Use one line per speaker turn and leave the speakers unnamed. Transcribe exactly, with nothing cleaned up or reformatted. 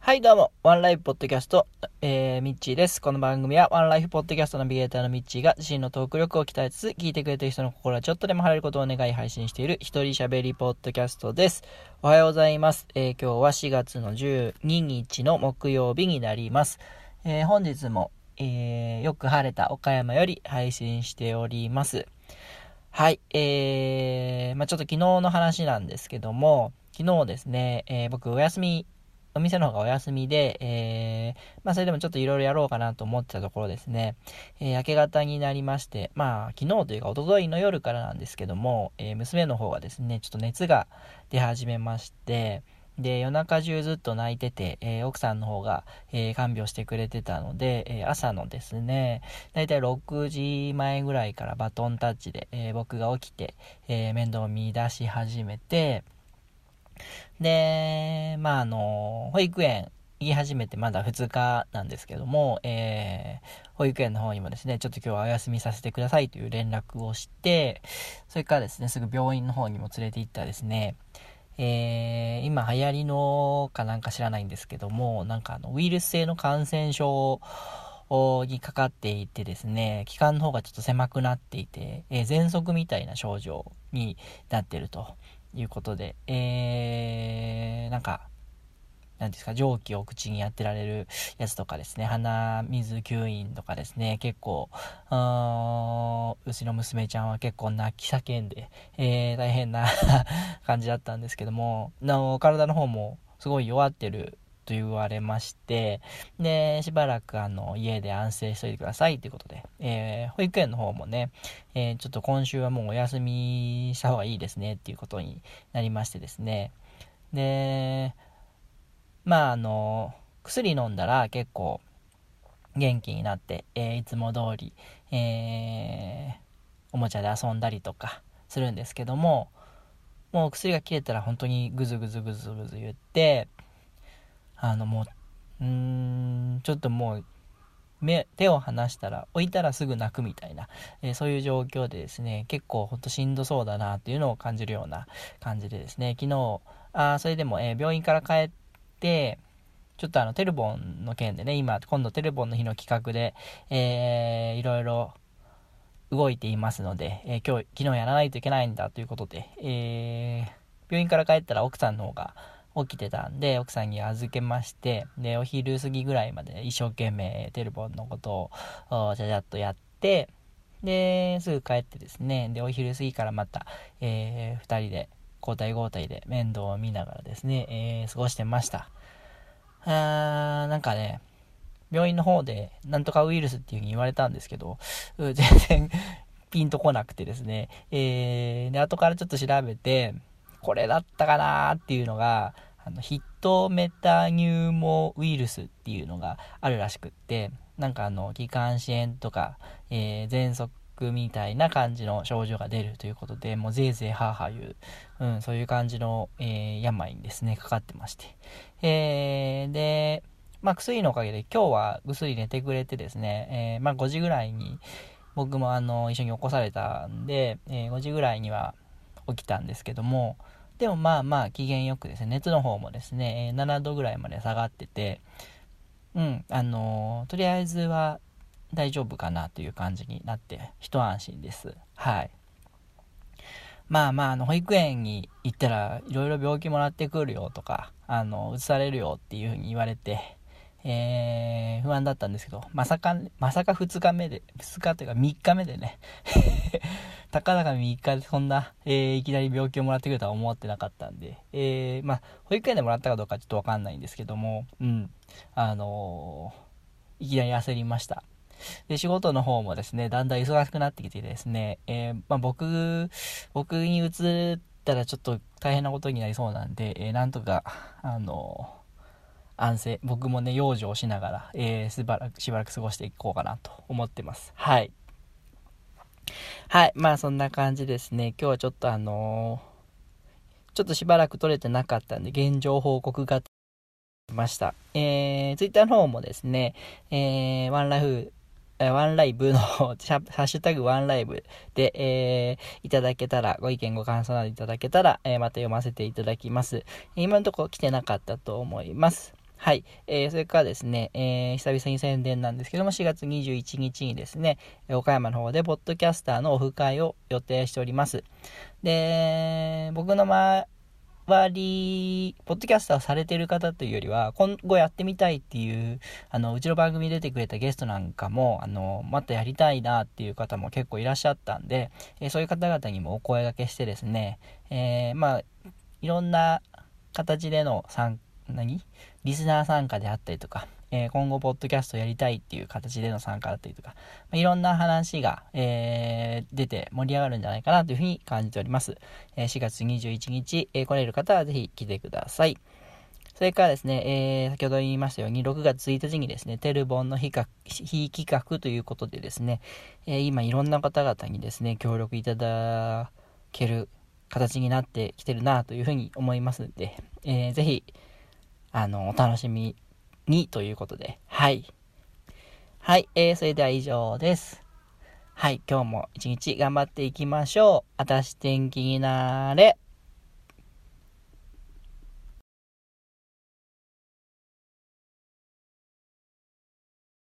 はいどうも、ワンライフポッドキャスト、えー、ミッチーです。この番組はワンライフポッドキャストナビゲーターのミッチーが自身のトーク力を鍛えつつ、聞いてくれてる人の心はちょっとでも晴れることを願い配信している一人喋りポッドキャストです。おはようございます。えー、今日はしがつのじゅうににちの木曜日になります。えー、本日も、えー、よく晴れた岡山より配信しております。はい、えー、まあちょっと昨日の話なんですけども、昨日ですね、えー、僕お休みお店の方がお休みで、えー、まあそれでもちょっといろいろやろうかなと思ってたところですね、えー、明け方になりまして、まあ昨日というか一昨日の夜からなんですけども、えー、娘の方がですね、ちょっと熱が出始めまして、で夜中中ずっと泣いてて、えー、奥さんの方が、えー、看病してくれてたので、えー、朝のですね、だいたいろくじまえぐらいからバトンタッチで、えー、僕が起きて、えー、面倒を見出し始めて、で、まあ、あの、保育園行き始めてまだふつかなんですけども、えー、保育園の方にもですね、ちょっと今日はお休みさせてくださいという連絡をして、それからですね、すぐ病院の方にも連れて行ったらですね、えー、今流行りのかなんか知らないんですけども、なんかあのウイルス性の感染症にかかっていてですね、気管の方がちょっと狭くなっていて、えー、喘息みたいな症状になっているということで、えー、なんか、なんですか、蒸気を口にやってられるやつとかですね、鼻水吸引とかですね、結構、あうちの娘ちゃんは結構泣き叫んで、えー、大変な感じだったんですけども、の体の方もすごい弱ってると言われまして、で、しばらくあの家で安静しといてくださいということで、えー、保育園の方もね、えー、ちょっと今週はもうお休みした方がいいですねっていうことになりましてですね、で、まああの薬飲んだら結構元気になって、えー、いつも通り、えー、おもちゃで遊んだりとかするんですけども、もう薬が切れたら本当にグズグズグズグズ言って、あのもううーんちょっともう目手を離したら置いたらすぐ泣くみたいな、えー、そういう状況でですね、結構ほんとしんどそうだなっていうのを感じるような感じでですね、昨日あそれでも、えー、病院から帰ってちょっとあのテルボンの件でね、今今度テルボンの日の企画で、えー、いろいろ動いていますので、えー、今日昨日やらないといけないんだということで、えー、病院から帰ったら奥さんの方が起きてたんで、奥さんに預けまして、でお昼過ぎぐらいまで一生懸命テルボンのことをちゃちゃっとやって、ですぐ帰ってですね、でお昼過ぎからまた、えー、ふたりで交代交代で面倒を見ながらですね、えー、過ごしてました。あーなんかね、病院の方でなんとかウイルスっていう風に言われたんですけど、全然ピンとこなくてですね、えー、で後からちょっと調べて、これだったかなーっていうのが、あのヒットメタニューモウイルスっていうのがあるらしくって、なんかあの気管支炎とか、えー、喘息みたいな感じの症状が出るということで、もうぜいぜいハーハー言う、うん、そういう感じの、えー、病にですねかかってまして、えー、でまあ薬のおかげで今日はぐっすり寝てくれてですね、えー、まあごじぐらいに僕もあの一緒に起こされたんで、えー、ごじぐらいには起きたんですけども、でもまあまあ機嫌よくですね、熱の方もですねななどぐらいまで下がってて、うんあのー、とりあえずは大丈夫かなという感じになって一安心です。はい。まあまああの保育園に行ったらいろいろ病気もらってくるよとか、あの移されるよっていう風に言われて、えー、不安だったんですけど、まさかまさかふつかめでふつかというかみっかめでねたかだかみっかでそんな、えー、いきなり病気をもらってくるとは思ってなかったんで、えー、まあ保育園でもらったかどうかちょっとわかんないんですけども、うんあのー、いきなり焦りました。で仕事の方もですねだんだん忙しくなってきてですね、えーまあ、僕僕に移ったらちょっと大変なことになりそうなんで、えー、なんとかあのー、安静僕もね養生をしながら、えー、しばらくしばらく過ごしていこうかなと思ってます。はいはいまあそんな感じですね。今日はちょっとあのー、ちょっとしばらく取れてなかったんで現状報告がました。えー、ツイッターの方もですね、えー、ワンライフワンライブのハッシュタグワンライブで、えー、いただけたら、ご意見ご感想などいただけたら、えー、また読ませていただきます。今のところ来てなかったと思います。 はい。えー、それからですね、えー、久々に宣伝なんですけども、しがつにじゅういちにちにですね、岡山の方でポッドキャスターのオフ会を予定しております。で、僕の周り、ポッドキャスターをされている方というよりは、今後やってみたいっていう、あの、うちの番組に出てくれたゲストなんかも、あの、またやりたいなっていう方も結構いらっしゃったんで、えーそういう方々にもお声掛けしてですね、えー、まあ、いろんな形での参何リスナー参加であったりとか、えー今後ポッドキャストやりたいっていう形での参加だったりとか、まあ、いろんな話が、えー出て盛り上がるんじゃないかなというふうに感じております。えーしがつにじゅういちにち、えー来れる方はぜひ来てください。それからですね、えー先ほど言いましたように、ろくがつついたちにですね、テルボンの非非企画ということでですね、えー今いろんな方々にですね、協力いただける形になってきてるなというふうに思いますので、えーぜひ、あの、お楽しみにということで、はい。はい、えー、それでは以上です。はい、今日も一日頑張っていきましょう。あたし天気になれ。